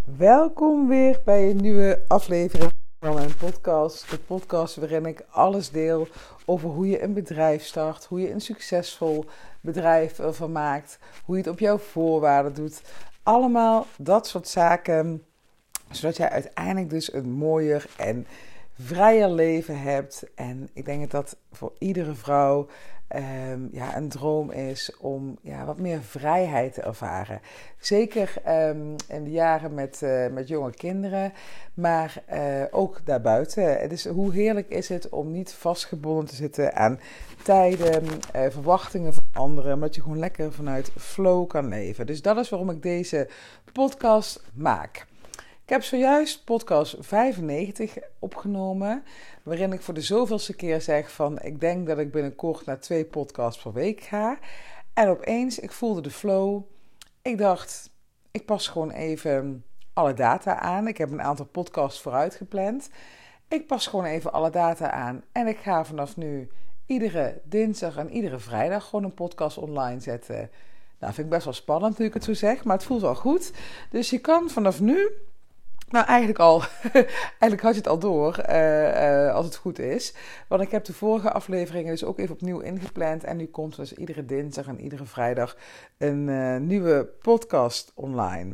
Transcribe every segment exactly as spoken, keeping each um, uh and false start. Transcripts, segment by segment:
Welkom weer bij een nieuwe aflevering van mijn podcast. De podcast waarin ik alles deel over hoe je een bedrijf start, hoe je een succesvol bedrijf ervan maakt, hoe je het op jouw voorwaarden doet. Allemaal dat soort zaken, zodat jij uiteindelijk dus een mooier en vrijer leven hebt. En ik denk dat dat voor iedere vrouw Um, ja, een droom is om ja, wat meer vrijheid te ervaren. Zeker um, in de jaren met, uh, met jonge kinderen, maar uh, ook daarbuiten. Het is, hoe heerlijk is het om niet vastgebonden te zitten aan tijden, uh, verwachtingen van anderen, maar dat je gewoon lekker vanuit flow kan leven. Dus dat is waarom ik deze podcast maak. Ik heb zojuist podcast vijfennegentig opgenomen, waarin ik voor de zoveelste keer zeg van ik denk dat ik binnenkort naar twee podcasts per week ga. En opeens, ik voelde de flow. Ik dacht, ik pas gewoon even alle data aan. Ik heb een aantal podcasts vooruit gepland. Ik pas gewoon even alle data aan en ik ga vanaf nu iedere dinsdag en iedere vrijdag gewoon een podcast online zetten. Nou, vind ik best wel spannend nu ik het zo zeg, maar het voelt wel goed. Dus je kan vanaf nu... Nou, eigenlijk al. eigenlijk had je het al door, uh, uh, als het goed is. Want ik heb de vorige afleveringen dus ook even opnieuw ingepland. En nu komt dus iedere dinsdag en iedere vrijdag een uh, nieuwe podcast online.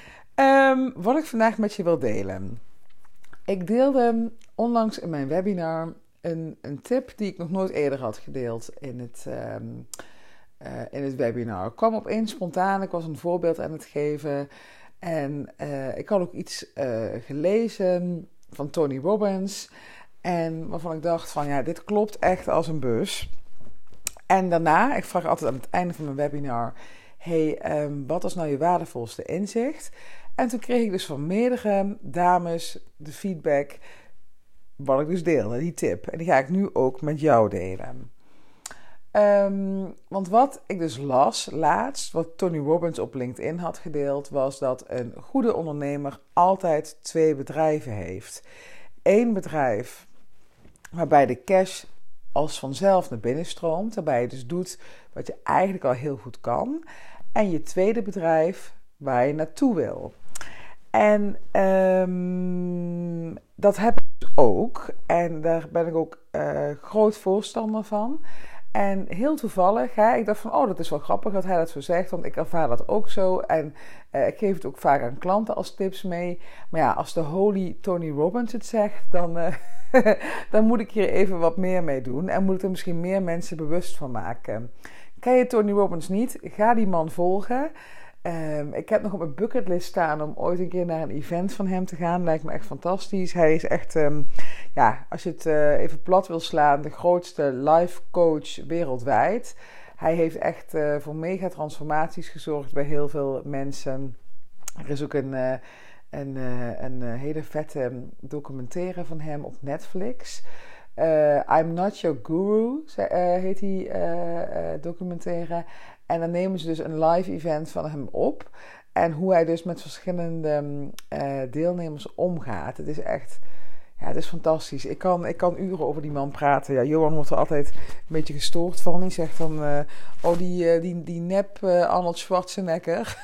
Um, wat ik vandaag met je wil delen. Ik deelde onlangs in mijn webinar een, een tip die ik nog nooit eerder had gedeeld in het, um, uh, in het webinar. Ik kwam opeens spontaan, ik was een voorbeeld aan het geven... En uh, ik had ook iets uh, gelezen van Tony Robbins. En waarvan ik dacht van ja, dit klopt echt als een bus. En daarna, ik vraag altijd aan het einde van mijn webinar... Hey, um, wat is nou je waardevolste inzicht? En toen kreeg ik dus van meerdere dames de feedback... wat ik dus deelde, die tip. En die ga ik nu ook met jou delen. Um, want wat ik dus las laatst, wat Tony Robbins op LinkedIn had gedeeld, was dat een goede ondernemer altijd twee bedrijven heeft. Eén bedrijf waarbij de cash als vanzelf naar binnen stroomt, waarbij je dus doet wat je eigenlijk al heel goed kan. En je tweede bedrijf waar je naartoe wil. En um, dat heb ik dus ook. En daar ben ik ook uh, groot voorstander van. En heel toevallig, hè, ik dacht van, oh, dat is wel grappig dat hij dat zo zegt, want ik ervaar dat ook zo. En uh, ik geef het ook vaak aan klanten als tips mee. Maar ja, als de holy Tony Robbins het zegt, dan, uh, dan moet ik hier even wat meer mee doen. En moet ik er misschien meer mensen bewust van maken. Ken je Tony Robbins niet? Ga die man volgen. Um, ik heb nog op mijn bucketlist staan om ooit een keer naar een event van hem te gaan. Lijkt me echt fantastisch. Hij is echt, um, ja, als je het uh, even plat wil slaan, de grootste life coach wereldwijd. Hij heeft echt uh, voor mega transformaties gezorgd bij heel veel mensen. Er is ook een, uh, een, uh, een uh, hele vette documentaire van hem op Netflix. Uh, I'm Not Your Guru, uh, heet die uh, uh, documentaire. En dan nemen ze dus een live event van hem op. En hoe hij dus met verschillende uh, deelnemers omgaat. Het is echt, ja, het is fantastisch. Ik kan, ik kan uren over die man praten. Ja, Johan wordt er altijd een beetje gestoord van. Die zegt dan, uh, oh die, uh, die, die nep uh, Arnold Schwarzenegger.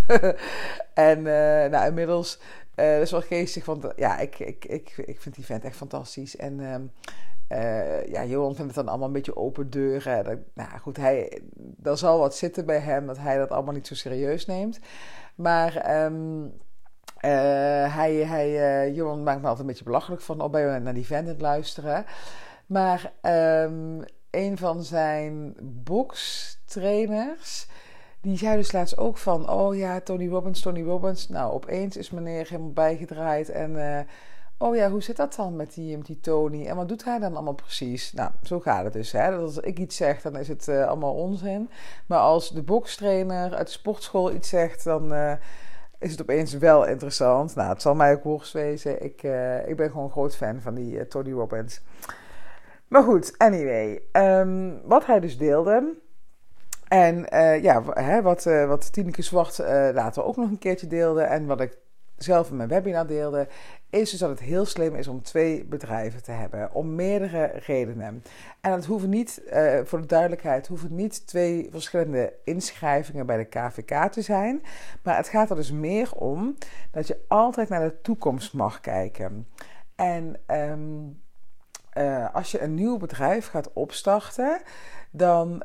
en uh, nou, inmiddels, uh, dat is wel geestig. Want uh, ja, ik, ik, ik, ik vind die vent echt fantastisch. En... Uh, Uh, ja, Johan vindt het dan allemaal een beetje open deuren. Dat, nou goed, hij, er zal wat zitten bij hem dat hij dat allemaal niet zo serieus neemt. Maar um, uh, hij, hij, uh, Johan maakt me altijd een beetje belachelijk van, oh, ben je naar die vent aan het luisteren. Maar um, een van zijn bokstrainers, die zei dus laatst ook van, oh ja, Tony Robbins, Tony Robbins. Nou, opeens is meneer helemaal bijgedraaid en... Uh, oh ja, hoe zit dat dan met die, met die Tony? En wat doet hij dan allemaal precies? Nou, zo gaat het dus. Hè? Dat als ik iets zeg, dan is het uh, allemaal onzin. Maar als de bokstrainer uit de sportschool iets zegt, dan uh, is het opeens wel interessant. Nou, het zal mij ook worst wezen. Ik, uh, ik ben gewoon een groot fan van die uh, Tony Robbins. Maar goed, anyway. Um, wat hij dus deelde... En uh, ja, hè, wat, uh, wat Tineke Zwart uh, later ook nog een keertje deelde... en wat ik zelf in mijn webinar deelde, is dus dat het heel slim is om twee bedrijven te hebben. Om meerdere redenen. En het hoeven niet, uh, voor de duidelijkheid, hoeven niet twee verschillende inschrijvingen bij de K V K te zijn. Maar het gaat er dus meer om dat je altijd naar de toekomst mag kijken. En um, uh, als je een nieuw bedrijf gaat opstarten, dan...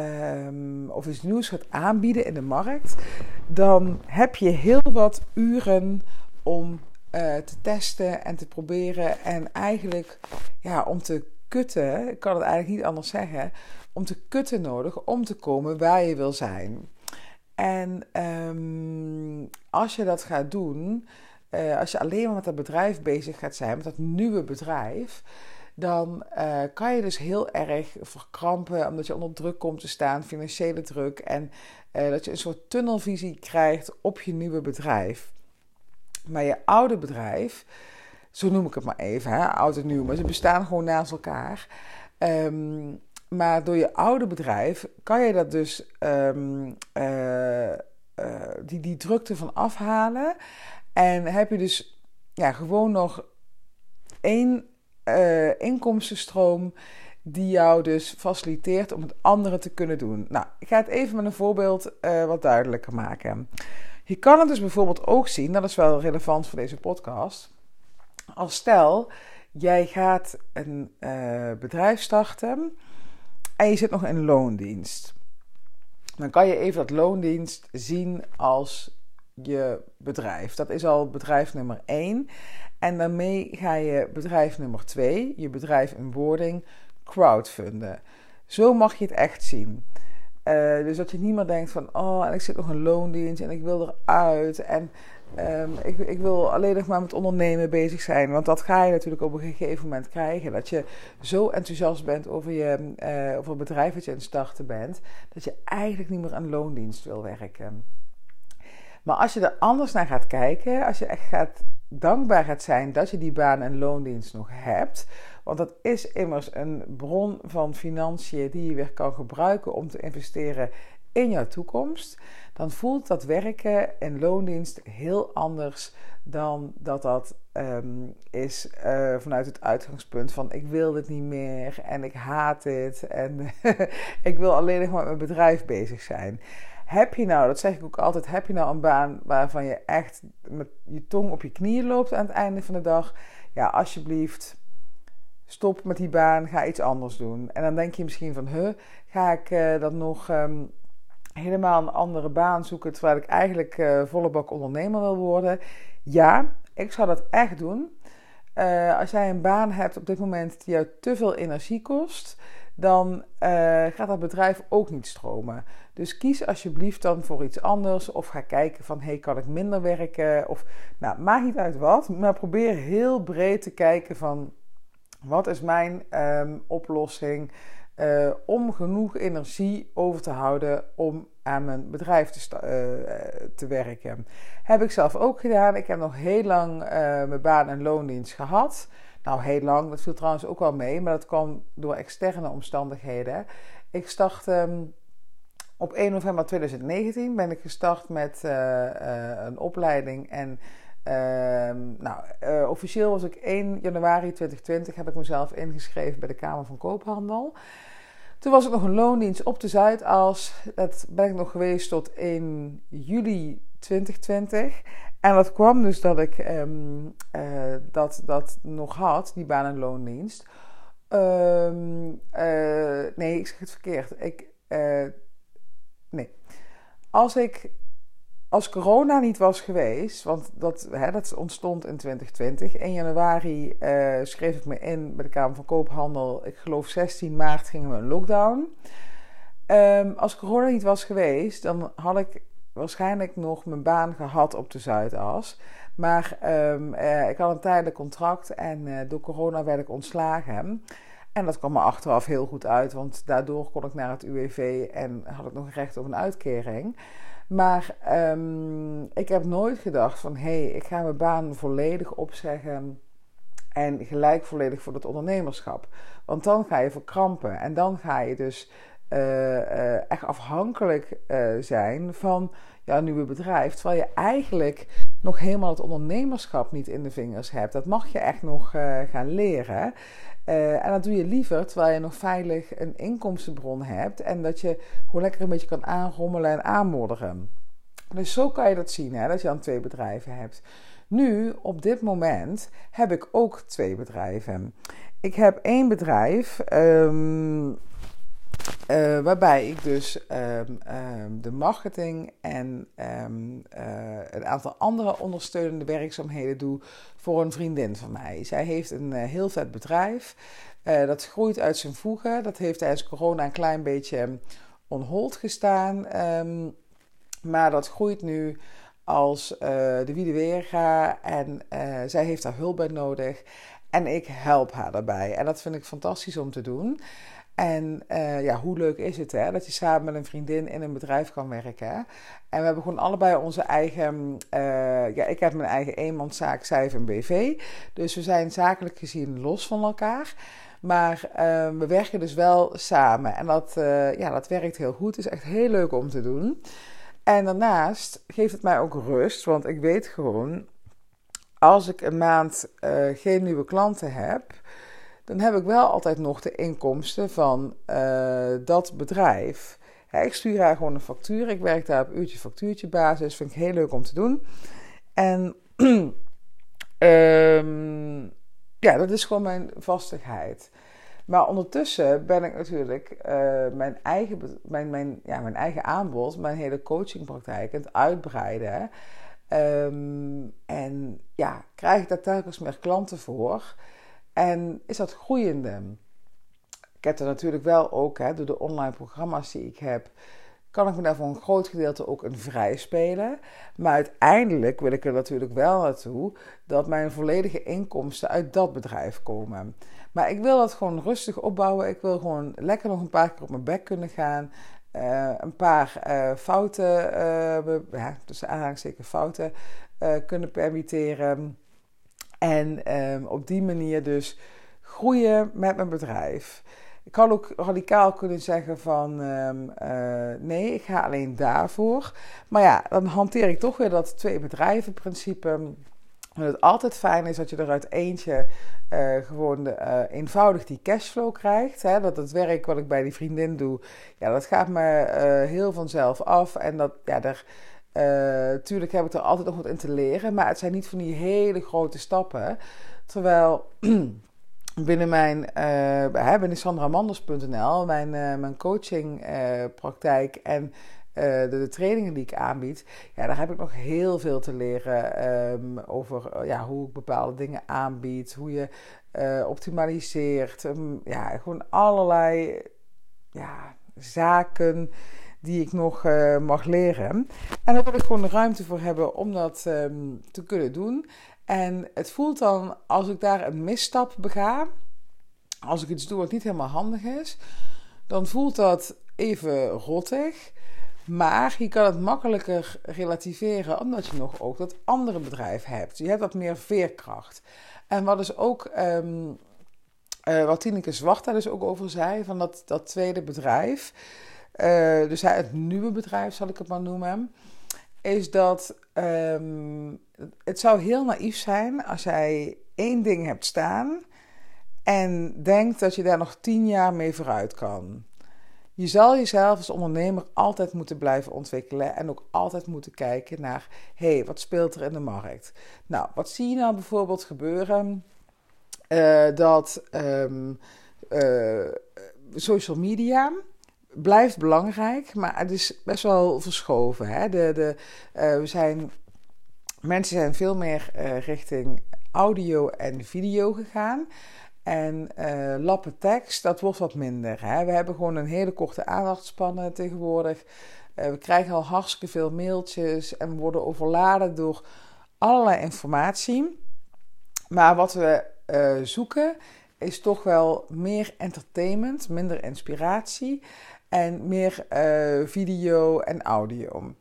Um, of iets nieuws gaat aanbieden in de markt, dan heb je heel wat uren om uh, te testen en te proberen en eigenlijk ja, om te kutten, ik kan het eigenlijk niet anders zeggen, om te kutten nodig om te komen waar je wil zijn. En um, als je dat gaat doen, uh, als je alleen maar met dat bedrijf bezig gaat zijn, met dat nieuwe bedrijf, dan uh, kan je dus heel erg verkrampen, omdat je onder druk komt te staan, financiële druk, en uh, dat je een soort tunnelvisie krijgt op je nieuwe bedrijf. Maar je oude bedrijf, zo noem ik het maar even, hè, oud en nieuw, maar ze bestaan gewoon naast elkaar. Um, maar door je oude bedrijf kan je dat dus um, uh, uh, die, die drukte van afhalen. En heb je dus ja, gewoon nog één uh, inkomstenstroom die jou dus faciliteert om het andere te kunnen doen. Nou, ik ga het even met een voorbeeld uh, wat duidelijker maken. Je kan het dus bijvoorbeeld ook zien, dat is wel relevant voor deze podcast, als stel, jij gaat een uh, bedrijf starten en je zit nog in loondienst. Dan kan je even dat loondienst zien als je bedrijf. Dat is al bedrijf nummer één. En daarmee ga je bedrijf nummer twee, je bedrijf in wording, crowdfunden. Zo mag je het echt zien. Uh, dus dat je niet meer denkt van, oh, en ik zit nog in loondienst en ik wil eruit. En um, ik, ik wil alleen nog maar met ondernemen bezig zijn. Want dat ga je natuurlijk op een gegeven moment krijgen. Dat je zo enthousiast bent over, je, uh, over het bedrijf dat je aan het starten bent, dat je eigenlijk niet meer aan loondienst wil werken. Maar als je er anders naar gaat kijken, als je echt gaat dankbaar gaat zijn dat je die baan en loondienst nog hebt, want dat is immers een bron van financiën die je weer kan gebruiken om te investeren in jouw toekomst, dan voelt dat werken in loondienst heel anders dan dat dat um, is uh, vanuit het uitgangspunt van ik wil dit niet meer en ik haat dit en ik wil alleen nog maar met mijn bedrijf bezig zijn. Heb je nou, dat zeg ik ook altijd, heb je nou een baan waarvan je echt met je tong op je knieën loopt aan het einde van de dag? Ja, alsjeblieft, stop met die baan, ga iets anders doen. En dan denk je misschien van, huh, ga ik uh, dan nog um, helemaal een andere baan zoeken, terwijl ik eigenlijk uh, volle bak ondernemer wil worden? Ja, ik zou dat echt doen. Uh, als jij een baan hebt op dit moment die jou te veel energie kost, dan uh, gaat dat bedrijf ook niet stromen. Dus kies alsjeblieft dan voor iets anders of ga kijken van, hey, kan ik minder werken? Of, nou, maakt niet uit wat, maar probeer heel breed te kijken van, wat is mijn um, oplossing uh, om genoeg energie over te houden om aan mijn bedrijf te, sta- uh, te werken. Heb ik zelf ook gedaan. Ik heb nog heel lang uh, mijn baan- en loondienst gehad. Nou, heel lang, dat viel trouwens ook wel mee, maar dat kwam door externe omstandigheden. Ik start um, op één november tweeduizend negentien ben ik gestart met uh, uh, een opleiding en Uh, nou, uh, officieel was ik één januari tweeduizend twintig heb ik mezelf ingeschreven bij de Kamer van Koophandel. Toen was ik nog een loondienst op de Zuidas. Dat ben ik nog geweest tot één juli tweeduizend twintig. En dat kwam dus dat ik um, uh, dat, dat nog had, die baan- en loondienst. Um, uh, nee, ik zeg het verkeerd. Ik, uh, nee. Als ik... Als corona niet was geweest, want dat, hè, dat ontstond in twintig twintig. één januari uh, schreef ik me in bij de Kamer van Koophandel. Ik geloof zestien maart gingen we in lockdown. Um, als corona niet was geweest, dan had ik waarschijnlijk nog mijn baan gehad op de Zuidas. Maar um, uh, ik had een tijdelijk contract en uh, door corona werd ik ontslagen. En dat kwam me achteraf heel goed uit, want daardoor kon ik naar het U W V en had ik nog recht op een uitkering. Maar um, ik heb nooit gedacht van, hé, hey, ik ga mijn baan volledig opzeggen en gelijk volledig voor het ondernemerschap. Want dan ga je verkrampen en dan ga je dus uh, uh, echt afhankelijk uh, zijn van jouw nieuwe bedrijf. Terwijl je eigenlijk nog helemaal het ondernemerschap niet in de vingers hebt. Dat mag je echt nog uh, gaan leren. Uh, en dat doe je liever terwijl je nog veilig een inkomstenbron hebt. En dat je gewoon lekker een beetje kan aanrommelen en aanmodderen. Dus zo kan je dat zien, hè, dat je dan twee bedrijven hebt. Nu, op dit moment, heb ik ook twee bedrijven. Ik heb één bedrijf um, uh, waarbij ik dus um, um, de marketing en um, uh, een aantal andere ondersteunende werkzaamheden doe voor een vriendin van mij. Zij heeft een uh, heel vet bedrijf. Uh, dat groeit uit zijn voegen. Dat heeft tijdens corona een klein beetje on hold gestaan. Um, maar dat groeit nu als uh, de wie de weer gaat. En uh, zij heeft daar hulp bij nodig. En ik help haar daarbij. En dat vind ik fantastisch om te doen. En uh, ja, hoe leuk is het, hè? Dat je samen met een vriendin in een bedrijf kan werken. Hè? En we hebben gewoon allebei onze eigen... Uh, ja, ik heb mijn eigen eenmanszaak, zij heeft een B V. Dus we zijn zakelijk gezien los van elkaar. Maar uh, we werken dus wel samen. En dat, uh, ja, dat werkt heel goed. Het is echt heel leuk om te doen. En daarnaast geeft het mij ook rust. Want ik weet gewoon... Als ik een maand uh, geen nieuwe klanten heb, dan heb ik wel altijd nog de inkomsten van uh, dat bedrijf. Ja, ik stuur haar gewoon een factuur. Ik werk daar op uurtje factuurtje basis. Vind ik heel leuk om te doen. En um, ja, dat is gewoon mijn vastigheid. Maar ondertussen ben ik natuurlijk uh, mijn, eigen, mijn, mijn, ja, mijn eigen aanbod, mijn hele coachingpraktijk aan het uitbreiden. Um, en ja, krijg ik daar telkens meer klanten voor. En is dat groeiende. Ik heb er natuurlijk wel ook, hè, door de online programma's die ik heb, kan ik me daar voor een groot gedeelte ook in vrij spelen. Maar uiteindelijk wil ik er natuurlijk wel naartoe dat mijn volledige inkomsten uit dat bedrijf komen. Maar ik wil dat gewoon rustig opbouwen. Ik wil gewoon lekker nog een paar keer op mijn bek kunnen gaan. Uh, een paar uh, fouten, uh, ja, tussen aanhalingstekens fouten, uh, kunnen permitteren. En um, op die manier dus groeien met mijn bedrijf. Ik had ook radicaal kunnen zeggen van um, uh, nee, ik ga alleen daarvoor. Maar ja, dan hanteer ik toch weer dat twee bedrijven principe. En het altijd fijn is dat je er uit eentje uh, gewoon uh, eenvoudig die cashflow krijgt. Hè? Dat het werk wat ik bij die vriendin doe, ja, dat gaat me uh, heel vanzelf af. En dat, ja, daar, uh, tuurlijk heb ik er altijd nog wat in te leren. Maar het zijn niet van die hele grote stappen. Terwijl binnen mijn, uh, binnen sandramanders punt n l, mijn, uh, mijn coachingpraktijk uh, en Uh, de, de trainingen die ik aanbied, ja, daar heb ik nog heel veel te leren um, over uh, ja, hoe ik bepaalde dingen aanbied, hoe je uh, optimaliseert, um, ja, gewoon allerlei ja, zaken die ik nog uh, mag leren. En daar wil ik gewoon de ruimte voor hebben om dat um, te kunnen doen. En het voelt dan, als ik daar een misstap bega, als ik iets doe wat niet helemaal handig is, dan voelt dat even rottig. Maar je kan het makkelijker relativeren omdat je nog ook dat andere bedrijf hebt. Je hebt wat meer veerkracht. En wat is ook, um, uh, wat Tineke Zwart daar dus ook over zei, van dat, dat tweede bedrijf. Uh, dus het nieuwe bedrijf zal ik het maar noemen. Is dat um, het zou heel naïef zijn als jij één ding hebt staan en denkt dat je daar nog tien jaar mee vooruit kan. Je zal jezelf als ondernemer altijd moeten blijven ontwikkelen en ook altijd moeten kijken naar, hé, hey, wat speelt er in de markt? Nou, wat zie je nou bijvoorbeeld gebeuren? Uh, dat um, uh, social media blijft belangrijk, maar het is best wel verschoven. Hè? De, de, uh, we zijn, mensen zijn veel meer uh, richting audio en video gegaan. En uh, lappen tekst, dat wordt wat minder. Hè? We hebben gewoon een hele korte aandachtspannen tegenwoordig. Uh, we krijgen al hartstikke veel mailtjes en worden overladen door allerlei informatie. Maar wat we uh, zoeken is toch wel meer entertainment, minder inspiratie en meer uh, video en audio.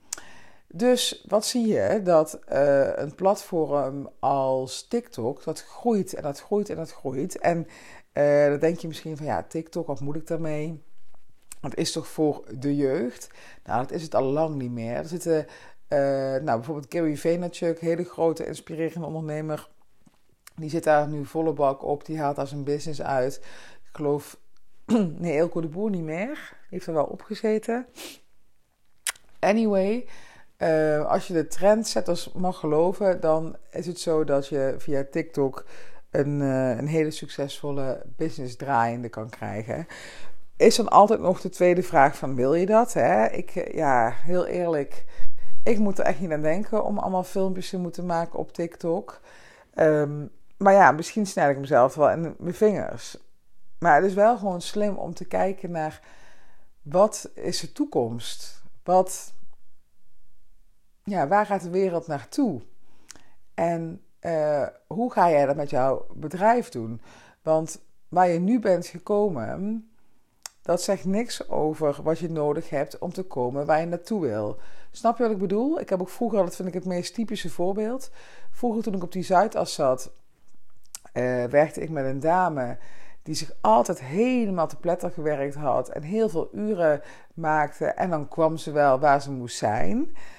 Dus wat zie je? Dat uh, een platform als TikTok, dat groeit en dat groeit en dat groeit. En uh, dan denk je misschien van ja, TikTok, wat moet ik daarmee? Dat is toch voor de jeugd? Nou, dat is het al lang niet meer. Er zitten Uh, nou, bijvoorbeeld Gary Vaynerchuk, hele grote, inspirerende ondernemer. Die zit daar nu volle bak op. Die haalt daar zijn business uit. Ik geloof, nee, Eelco de Boer niet meer. Die heeft er wel opgezeten. Anyway, uh, als je de trendsetters mag geloven, dan is het zo dat je via TikTok een, uh, een hele succesvolle business draaiende kan krijgen. Is dan altijd nog de tweede vraag van, wil je dat? Hè? Ik, ja, heel eerlijk, ik moet er echt niet aan denken om allemaal filmpjes te moeten maken op TikTok. Um, maar ja, misschien snijd ik mezelf wel in mijn vingers. Maar het is wel gewoon slim om te kijken naar, wat is de toekomst? Wat, ja, waar gaat de wereld naartoe? En uh, hoe ga jij dat met jouw bedrijf doen? Want waar je nu bent gekomen, dat zegt niks over wat je nodig hebt om te komen waar je naartoe wil. Snap je wat ik bedoel? Ik heb ook vroeger, dat vind ik het meest typische voorbeeld. Vroeger toen ik op die Zuidas zat, uh, werkte ik met een dame die zich altijd helemaal te pletter gewerkt had en heel veel uren maakte. En dan kwam ze wel waar ze moest zijn.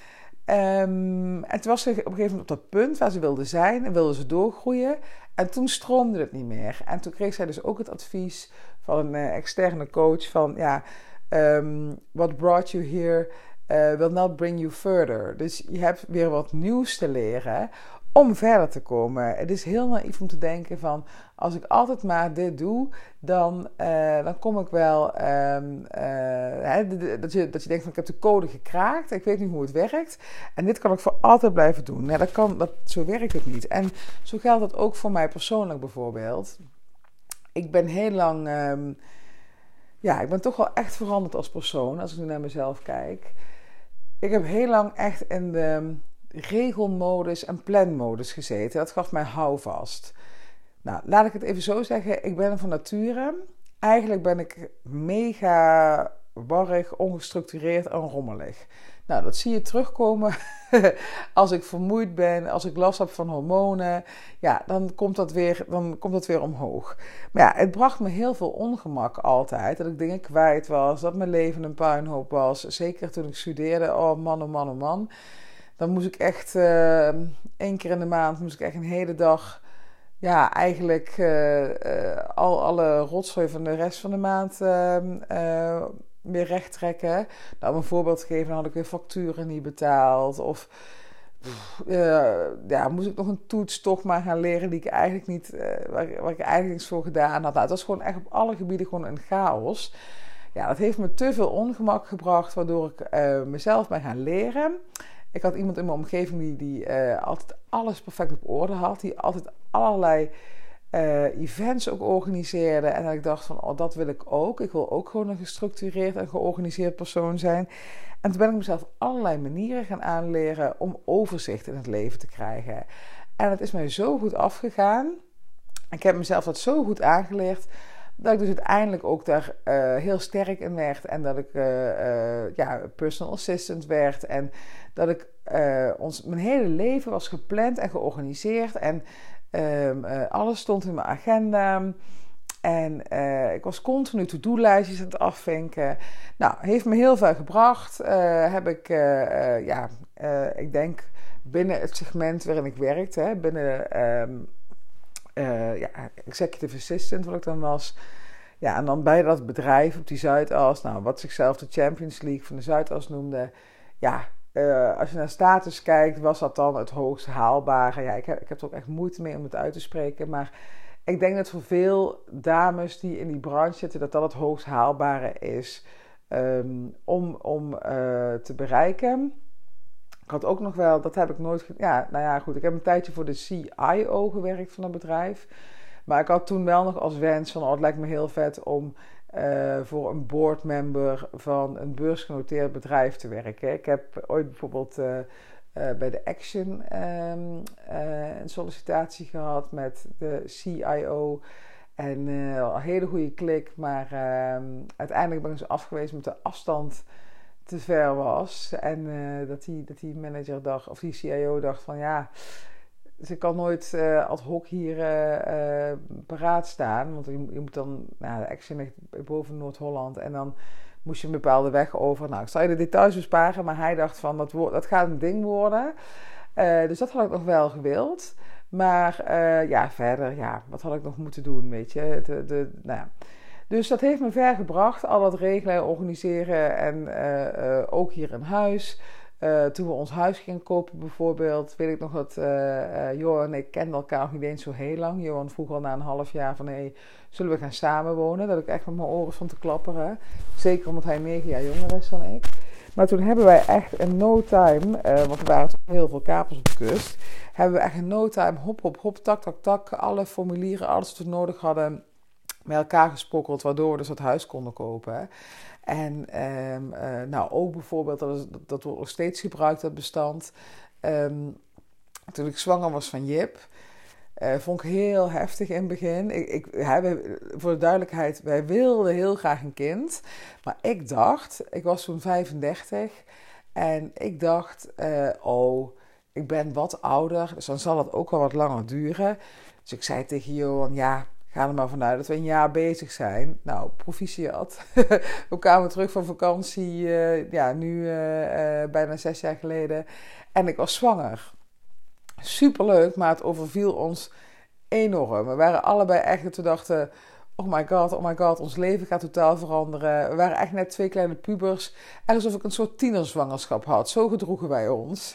Um, en toen was ze op een gegeven moment op dat punt waar ze wilde zijn en wilde ze doorgroeien. En toen stroomde het niet meer. En toen kreeg zij dus ook het advies van een uh, externe coach van, ja, um, what brought you here uh, will not bring you further. Dus je hebt weer wat nieuws te leren om verder te komen. Het is heel naïef om te denken van, als ik altijd maar dit doe, dan, uh, dan kom ik wel, um, uh, hè, dat, je, dat je denkt van, ik heb de code gekraakt, ik weet niet hoe het werkt en dit kan ik voor altijd blijven doen. Nee, dat kan, dat, zo werkt het niet. En zo geldt dat ook voor mij persoonlijk bijvoorbeeld. Ik ben heel lang, um, ja, ik ben toch wel echt veranderd als persoon, als ik nu naar mezelf kijk. Ik heb heel lang echt in de regelmodus en planmodus gezeten. Dat gaf mij houvast. Nou, laat ik het even zo zeggen. Ik ben van nature. Eigenlijk ben ik mega warrig, ongestructureerd en rommelig. Nou, dat zie je terugkomen als ik vermoeid ben, als ik last heb van hormonen. Ja, dan komt dat weer, dan komt dat weer omhoog. Maar ja, het bracht me heel veel ongemak altijd. Dat ik dingen kwijt was, dat mijn leven een puinhoop was. Zeker toen ik studeerde. Oh man, oh man, oh man. Dan moest ik echt, uh, één keer in de maand, moest ik echt een hele dag, ja, eigenlijk uh, uh, al alle rotzooi van de rest van de maand uh, uh, weer recht trekken. Nou, om een voorbeeld te geven, dan had ik weer facturen niet betaald. Of uh, ja, moest ik nog een toets toch maar gaan leren die ik eigenlijk niet, uh, waar, waar ik eigenlijk niks voor gedaan had. Nou, het was gewoon echt op alle gebieden gewoon een chaos. Ja, dat heeft me te veel ongemak gebracht, waardoor ik uh, mezelf ben gaan leren. Ik had iemand in mijn omgeving die, die uh, altijd alles perfect op orde had. Die altijd allerlei uh, events ook organiseerde. En dat ik dacht van, oh, dat wil ik ook. Ik wil ook gewoon een gestructureerd en georganiseerd persoon zijn. En toen ben ik mezelf allerlei manieren gaan aanleren om overzicht in het leven te krijgen. En het is mij zo goed afgegaan. Ik heb mezelf dat zo goed aangeleerd, dat ik dus uiteindelijk ook daar uh, heel sterk in werd. En dat ik uh, uh, ja, personal assistant werd. En dat ik, uh, ons, mijn hele leven was gepland en georganiseerd. En uh, uh, alles stond in mijn agenda. En uh, ik was continu to-do-lijstjes aan het afvinken. Nou, heeft me heel veel gebracht. Uh, heb ik, uh, uh, ja, uh, ik denk binnen het segment waarin ik werkte, hè, binnen um, uh, ja, executive assistant, wat ik dan was. Ja, en dan bij dat bedrijf op die Zuidas, nou, wat zichzelf de Champions League van de Zuidas noemde. Ja, uh, als je naar status kijkt, was dat dan het hoogst haalbare. Ja, ik heb, ik heb er ook echt moeite mee om het uit te spreken, maar ik denk dat voor veel dames die in die branche zitten, dat dat het hoogst haalbare is um, om, om uh, te bereiken. Ik had ook nog wel, dat heb ik nooit... Ge- ja, nou ja, goed. Ik heb een tijdje voor de C I O gewerkt van een bedrijf. Maar ik had toen wel nog als wens van, oh, het lijkt me heel vet om uh, voor een boardmember van een beursgenoteerd bedrijf te werken. Ik heb ooit bijvoorbeeld uh, uh, bij de Action um, uh, een sollicitatie gehad met de C I O. En uh, een hele goede klik, maar uh, uiteindelijk ben ik dus afgewezen met de afstand te ver was. En uh, dat, die, dat die manager dacht, of die C I O dacht van ja, dus ik kan nooit uh, ad hoc hier uh, uh, paraat staan. Want je, je moet dan, nou, de Action ligt boven Noord-Holland. En dan moest je een bepaalde weg over. Nou, ik zal je de details besparen, maar hij dacht van, dat, wordt, dat gaat een ding worden. Uh, dus dat had ik nog wel gewild. Maar uh, ja, verder, ja, wat had ik nog moeten doen, weet je. De, de, nou ja. Dus dat heeft me ver gebracht, al dat regelen, organiseren en uh, uh, ook hier in huis. Uh, toen we ons huis gingen kopen bijvoorbeeld, weet ik nog dat uh, uh, Johan en ik kenden elkaar nog niet eens zo heel lang. Johan vroeg al na een half jaar van, hé, hey, zullen we gaan samenwonen? Dat ik echt met mijn oren stond te klapperen. Zeker omdat hij negen jaar jonger is dan ik. Maar toen hebben wij echt in no time, uh, want er waren toch heel veel kapers op de kust, hebben we echt in no time, hop, hop, hop, tak, tak, tak, alle formulieren, alles wat we nodig hadden, met elkaar gesprokkeld, waardoor we dus dat huis konden kopen. En um, uh, nou ook bijvoorbeeld, dat, is, dat wordt nog steeds gebruikt, dat bestand. Um, toen ik zwanger was van Jip, uh, vond ik heel heftig in het begin. Ik, ik, hij, wij, voor de duidelijkheid, wij wilden heel graag een kind. Maar ik dacht, ik was toen vijfendertig en ik dacht, uh, oh, ik ben wat ouder, dus dan zal het ook wel wat langer duren. Dus ik zei tegen Johan, ja, ga er maar vanuit dat we een jaar bezig zijn. Nou, proficiat. We kwamen terug van vakantie, uh, ja, nu uh, uh, bijna zes jaar geleden. En ik was zwanger. Superleuk, maar het overviel ons enorm. We waren allebei echt dat we dachten, oh my god, oh my god, ons leven gaat totaal veranderen. We waren echt net twee kleine pubers. En alsof ik een soort tienerzwangerschap had. Zo gedroegen wij ons.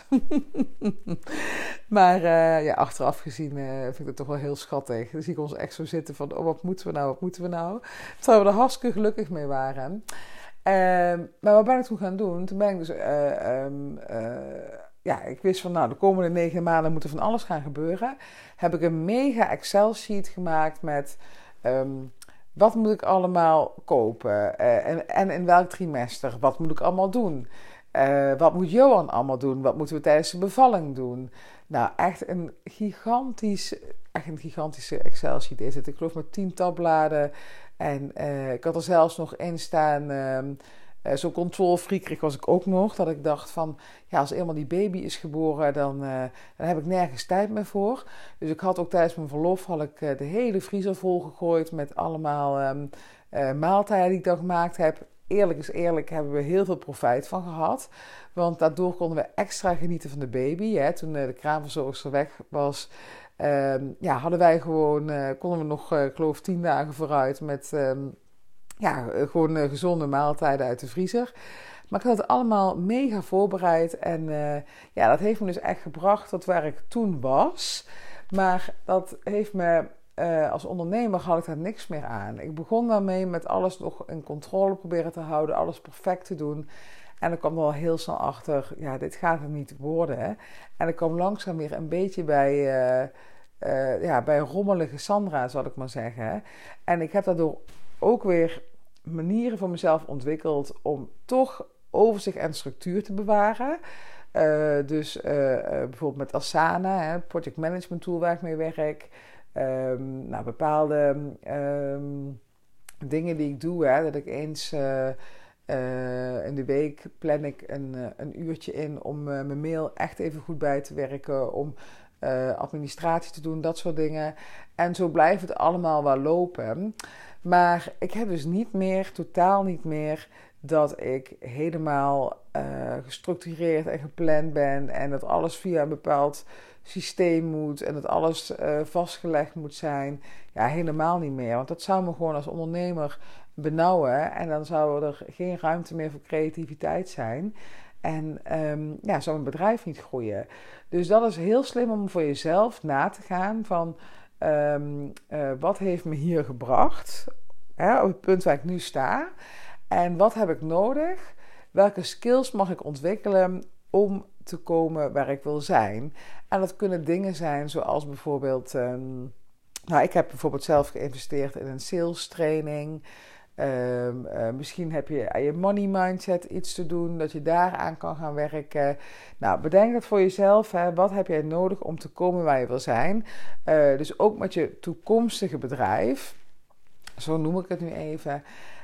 Maar uh, ja, achteraf gezien uh, vind ik het toch wel heel schattig. Dan zie ik ons echt zo zitten van, oh, wat moeten we nou, wat moeten we nou? Terwijl we er hartstikke gelukkig mee waren. Uh, maar wat ben ik toen gaan doen? Toen ben ik dus... Uh, um, uh, ja, ik wist van, nou, de komende negen maanden moet er van alles gaan gebeuren. Heb ik een mega Excel-sheet gemaakt met... Um, wat moet ik allemaal kopen? Uh, en, en in welk trimester? Wat moet ik allemaal doen? Uh, wat moet Johan allemaal doen? Wat moeten we tijdens de bevalling doen? Nou, echt een gigantisch, echt een gigantische Excel-sheet is het. Ik geloof met tien tabbladen. En uh, ik had er zelfs nog in staan... Um, Uh, Zo'n controlfreak was ik ook nog. Dat ik dacht van, ja, als eenmaal die baby is geboren, dan, uh, dan heb ik nergens tijd meer voor. Dus ik had ook tijdens mijn verlof had ik, uh, de hele vriezer volgegooid met allemaal um, uh, maaltijden die ik dan gemaakt heb. Eerlijk is eerlijk, hebben we heel veel profijt van gehad. Want daardoor konden we extra genieten van de baby. Hè. Toen uh, de kraamverzorgster weg was, uh, ja, hadden wij gewoon, uh, konden we nog, uh, ik geloof, tien dagen vooruit met... Um, Ja, gewoon uh, gezonde maaltijden uit de vriezer. Maar ik had het allemaal mega voorbereid. En uh, ja, dat heeft me dus echt gebracht tot waar ik toen was. Maar dat heeft me... Uh, als ondernemer had ik daar niks meer aan. Ik begon daarmee met alles nog in controle proberen te houden. Alles perfect te doen. En ik kwam er al heel snel achter. Ja, dit gaat er niet worden. Hè? En ik kwam langzaam weer een beetje bij... Uh, uh, ja, bij rommelige Sandra, zal ik maar zeggen. Hè? En ik heb daardoor... ook weer manieren voor mezelf ontwikkeld om toch overzicht en structuur te bewaren. Uh, dus uh, uh, bijvoorbeeld met Asana, hè, project management tool waar ik mee werk. Um, nou, bepaalde um, dingen die ik doe, hè, dat ik eens uh, uh, in de week plan ik een, uh, een uurtje in om uh, mijn mail echt even goed bij te werken, om uh, administratie te doen, dat soort dingen. En zo blijft het allemaal wel lopen. Maar ik heb dus niet meer, totaal niet meer, dat ik helemaal uh, gestructureerd en gepland ben. En dat alles via een bepaald systeem moet. En dat alles uh, vastgelegd moet zijn. Ja, helemaal niet meer. Want dat zou me gewoon als ondernemer benauwen. En dan zou er geen ruimte meer voor creativiteit zijn. En um, ja, zou een bedrijf niet groeien. Dus dat is heel slim om voor jezelf na te gaan van... Um, uh, wat heeft me hier gebracht, hè, op het punt waar ik nu sta, en wat heb ik nodig, welke skills mag ik ontwikkelen om te komen waar ik wil zijn. En dat kunnen dingen zijn zoals bijvoorbeeld, um, nou, ik heb bijvoorbeeld zelf geïnvesteerd in een sales training. Um, uh, misschien heb je aan je money mindset iets te doen, dat je daaraan kan gaan werken. Nou, bedenk dat voor jezelf. Hè. Wat heb jij nodig om te komen waar je wil zijn? Uh, dus ook met je toekomstige bedrijf. Zo noem ik het nu even.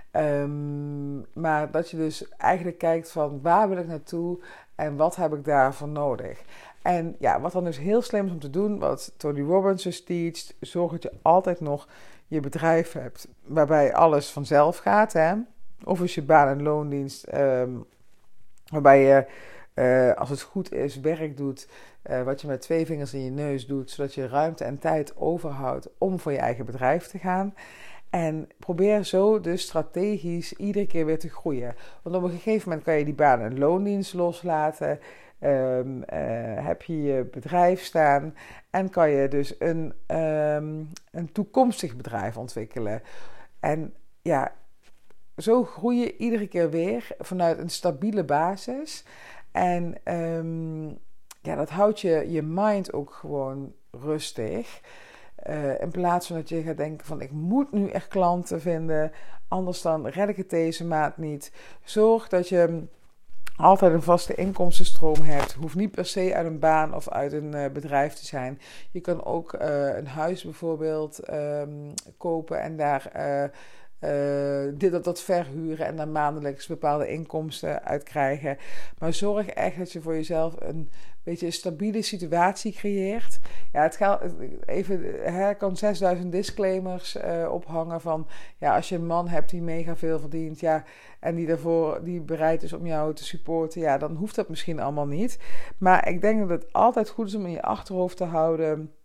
Um, maar dat je dus eigenlijk kijkt van waar wil ik naartoe en wat heb ik daarvoor nodig? En ja, wat dan dus heel slim is om te doen, wat Tony Robbins dus teacht, zorg dat je altijd nog je bedrijf hebt waarbij alles vanzelf gaat. Hè? Of is je baan- en loondienst um, waarbij je, uh, als het goed is, werk doet uh, wat je met twee vingers in je neus doet, zodat je ruimte en tijd overhoudt om voor je eigen bedrijf te gaan. En probeer zo dus strategisch iedere keer weer te groeien. Want op een gegeven moment kan je die baan- en loondienst loslaten. Um, uh, heb je je bedrijf staan en kan je dus een, um, een toekomstig bedrijf ontwikkelen. En ja, zo groei je iedere keer weer vanuit een stabiele basis. En um, ja, dat houdt je, je mind ook gewoon rustig. Uh, in plaats van dat je gaat denken van ik moet nu echt klanten vinden, anders dan red ik het deze maand niet. Zorg dat je altijd een vaste inkomstenstroom hebt. Hoeft niet per se uit een baan of uit een uh, bedrijf te zijn. Je kan ook uh, een huis bijvoorbeeld um, kopen en daar uh, uh, dit dat, dat verhuren en daar maandelijks bepaalde inkomsten uit krijgen. Maar zorg echt dat je voor jezelf een beetje een stabiele situatie creëert. Ja, het gaat even, hè, ik kan zesduizend disclaimers uh, ophangen van, ja, als je een man hebt die mega veel verdient, ja, en die daarvoor, die bereid is om jou te supporten, ja, dan hoeft dat misschien allemaal niet. Maar ik denk dat het altijd goed is om in je achterhoofd te houden,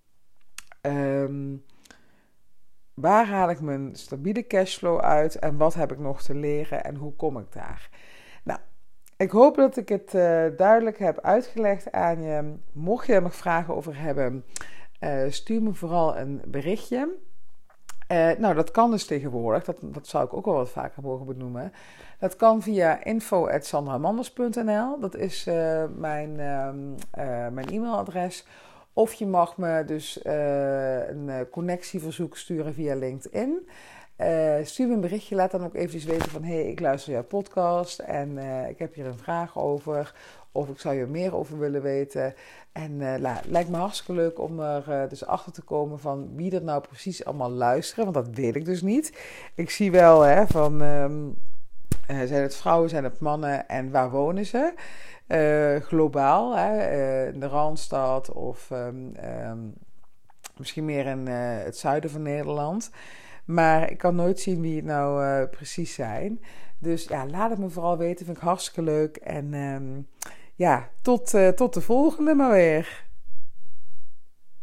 um, waar haal ik mijn stabiele cashflow uit en wat heb ik nog te leren en hoe kom ik daar? Nou, ik hoop dat ik het uh, duidelijk heb uitgelegd aan je. Mocht je er nog vragen over hebben, uh, stuur me vooral een berichtje. Uh, nou, dat kan dus tegenwoordig. Dat, dat zou ik ook wel wat vaker mogen benoemen. Dat kan via info at sandramanders punt n l. Dat is uh, mijn, uh, uh, mijn e-mailadres. Of je mag me dus uh, een connectieverzoek sturen via LinkedIn. Uh, stuur me een berichtje, laat dan ook eventjes weten van, hé, hey, ik luister jouw podcast en uh, ik heb hier een vraag over. Of ik zou je meer over willen weten. En uh, la, lijkt me hartstikke leuk om er uh, dus achter te komen van wie dat nou precies allemaal luisteren. Want dat weet ik dus niet. Ik zie wel hè, van, um, uh, zijn het vrouwen, zijn het mannen en waar wonen ze? Uh, globaal, hè, uh, in de Randstad of um, um, misschien meer in uh, het zuiden van Nederland. Maar ik kan nooit zien wie het nou uh, precies zijn. Dus ja, laat het me vooral weten. Vind ik hartstikke leuk. En um, ja, tot, uh, tot de volgende maar weer.